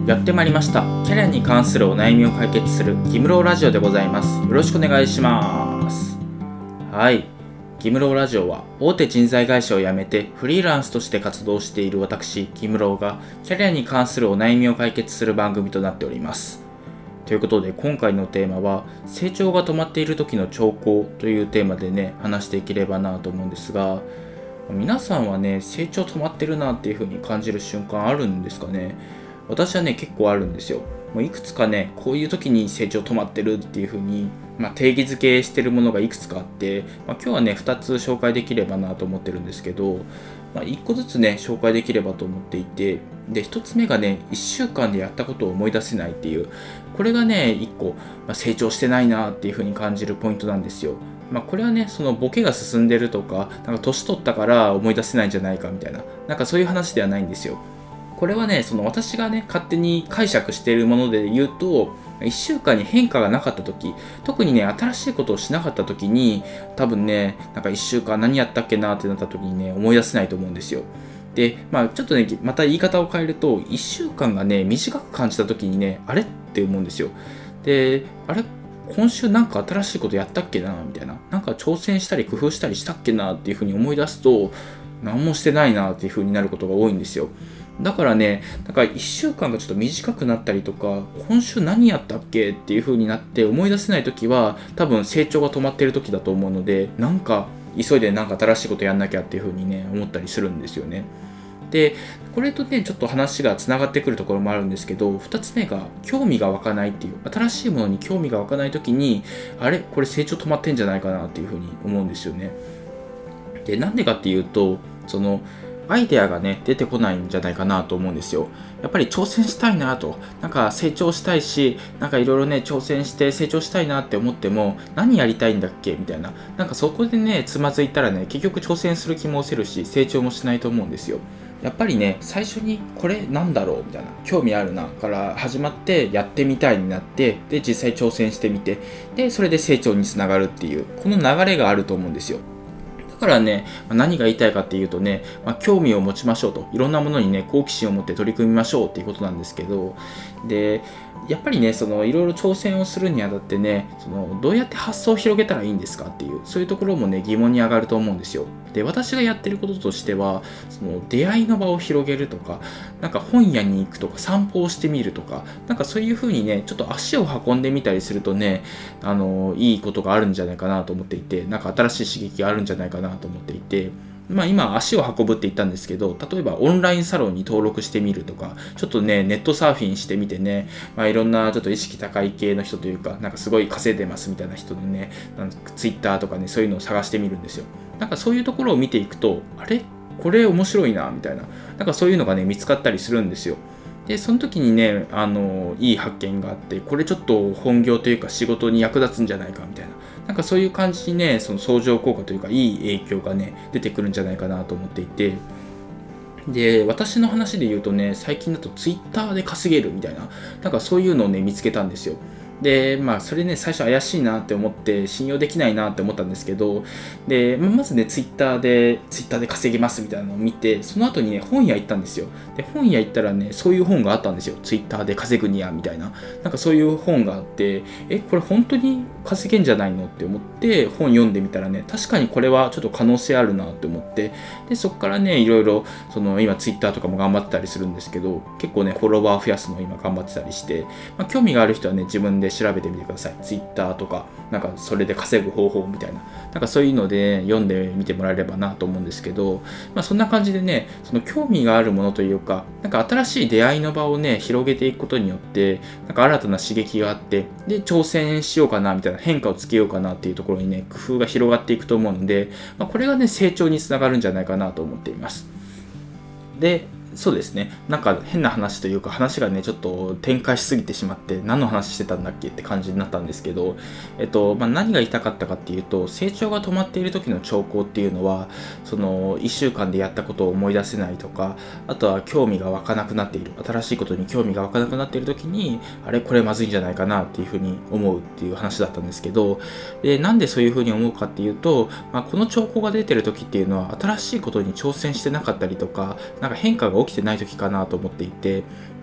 やってまいりました。キャリアに関するお悩みを解決するギムローラジオでございます。よろしくお願いします。はい。ギムローラジオは大手人材会社を辞めてフリーランスとして活動している私、ギムローがキャリアに関するお悩みを解決する番組となっております。ということで今回のテーマは成長が止まっている時の兆候というテーマでね、話していければなと思うんですが、皆さんはね、成長止まってるなっていう風に感じる瞬間あるんですかね。私はね、結構あるんですよ。もういくつかね、こういう時に成長止まってるっていう風に、定義づけしてるものがいくつかあって、今日はね、2つ紹介できればなと思ってるんですけど、1個ずつね、紹介できればと思っていて、で、1つ目がね、1週間でやったことを思い出せないっていう、これがね、1個、成長してないなっていう風に感じるポイントなんですよ。これはね、そのボケが進んでるとか、なんか年取ったから思い出せないんじゃないかみたいな、なんかそういう話ではないんですよ。これはね、その私がね、勝手に解釈しているもので言うと、1週間に変化がなかった時、特にね、新しいことをしなかった時に、多分ね、なんか1週間何やったっけなってなった時にね、思い出せないと思うんですよ。で、ちょっとね、また言い方を変えると、1週間がね、短く感じた時にね、あれって思うんですよ。で、あれ今週なんか新しいことやったっけなみたいな。なんか挑戦したり工夫したりしたっけなっていうふうに思い出すと、何もしてないなっていうふうになることが多いんですよ。だからね、1週間がちょっと短くなったりとか、今週何やったっけっていう風になって思い出せないときは、多分成長が止まっているときだと思うので、なんか急いでなんか新しいことやんなきゃっていう風にね、思ったりするんですよね。で、これとね、ちょっと話がつながってくるところもあるんですけど、2つ目が興味が湧かないっていう、新しいものに興味が湧かないときに、あれこれ成長止まってんじゃないかなっていう風に思うんですよね。で、なんでかっていうと、その、アイデアがね、出てこないんじゃないかなと思うんですよ。やっぱり挑戦したいなと、なんか成長したいし、なんかいろいろね、挑戦して成長したいなって思っても、何やりたいんだっけみたいな。なんかそこでね、つまずいたらね、結局挑戦する気も失せるし、成長もしないと思うんですよ。やっぱりね、最初にこれなんだろうみたいな、興味あるなから始まってやってみたいになって、で、実際挑戦してみて、で、それで成長につながるっていう、この流れがあると思うんですよ。だからね、何が言いたいかっていうとね、興味を持ちましょうと。いろんなものにね、好奇心を持って取り組みましょうっていうことなんですけど、で、やっぱりね、いろいろ挑戦をするにあたってね、どうやって発想を広げたらいいんですかっていう、そういうところもね、疑問に上がると思うんですよ。で、私がやってることとしては、出会いの場を広げるとか、なんか本屋に行くとか、散歩をしてみるとか、なんかそういう風にね、ちょっと足を運んでみたりするとね、いいことがあるんじゃないかなと思っていて、なんか新しい刺激があるんじゃないかなと思っていて、今足を運ぶって言ったんですけど、例えばオンラインサロンに登録してみるとか、ちょっとね、ネットサーフィンしてみてね、いろんなちょっと意識高い系の人というか、なんかすごい稼いでますみたいな人のね、ツイッターとかね、そういうのを探してみるんですよ。なんかそういうところを見ていくと、あれこれ面白いな、みたいな。なんかそういうのがね、見つかったりするんですよ。で、その時にね、いい発見があって、これちょっと本業というか仕事に役立つんじゃないか、みたいな。なんかそういう感じにね、その相乗効果というか、いい影響がね、出てくるんじゃないかなと思っていて、で、私の話で言うとね、最近だとツイッターで稼げるみたいな、なんかそういうのをね、見つけたんですよ。で、それね、最初怪しいなって思って、信用できないなって思ったんですけど、で、まずね、ツイッターで稼げますみたいなのを見て、その後にね、本屋行ったんですよ。で、本屋行ったらね、そういう本があったんですよ。ツイッターで稼ぐには、みたいな。なんかそういう本があって、これ本当に稼げんじゃないのって思って、本読んでみたらね、確かにこれはちょっと可能性あるなって思って、で、そこからね、いろいろ、今ツイッターとかも頑張ってたりするんですけど、結構ね、フォロワー増やすのを今頑張ってたりして、興味がある人はね、自分で調べてみてください。ツイッターとか、なんかそれで稼ぐ方法みたいな、なんかそういうので読んでみてもらえればなと思うんですけど、そんな感じでね、その興味があるものというか、なんか新しい出会いの場をね、広げていくことによって、なんか新たな刺激があって、で、挑戦しようかなみたいな、変化をつけようかなっていうところにね、工夫が広がっていくと思うので、これがね、成長につながるんじゃないかなと思っています。で、そうですね。なんか変な話というか話がね、ちょっと展開しすぎてしまって何の話してたんだっけって感じになったんですけど、何が言いたかったかっていうと、成長が止まっている時の兆候っていうのは、1週間でやったことを思い出せないとか、あとは興味が湧かなくなっている、新しいことに興味が湧かなくなっている時に、あれこれまずいんじゃないかなっていうふうに思うっていう話だったんですけど、で、なんでそういうふうに思うかっていうと、この兆候が出てる時っていうのは、新しいことに挑戦してなかったりとか、なんか変化が起きてない時かなと思っていて、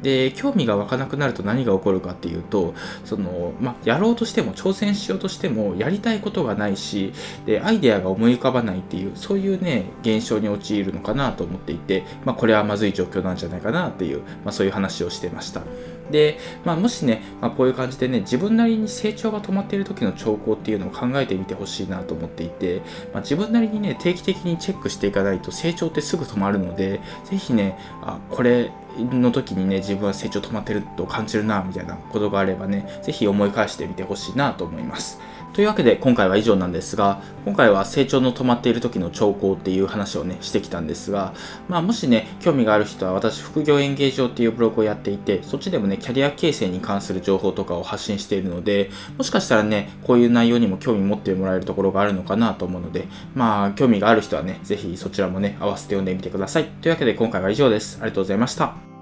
で、興味が湧かなくなると何が起こるかっていうと、やろうとしても、挑戦しようとしても、やりたいことがないし、で、アイデアが思い浮かばないっていう、そういうね、現象に陥るのかなと思っていて、これはまずい状況なんじゃないかなっていう、そういう話をしてました。で、もしね、こういう感じでね、自分なりに成長が止まっている時の兆候っていうのを考えてみてほしいなと思っていて、自分なりにね、定期的にチェックしていかないと成長ってすぐ止まるので、ぜひね、これの時にね、自分は成長止まってると感じるな、みたいなことがあればね、ぜひ思い返してみてほしいなと思います。というわけで今回は以上なんですが、今回は成長の止まっている時の兆候っていう話をねしてきたんですが、もしね興味がある人は、私副業演芸場っていうブログをやっていて、そっちでもねキャリア形成に関する情報とかを発信しているので、もしかしたらねこういう内容にも興味持ってもらえるところがあるのかなと思うので、興味がある人はねぜひそちらもね合わせて読んでみてください。というわけで今回は以上です。ありがとうございました。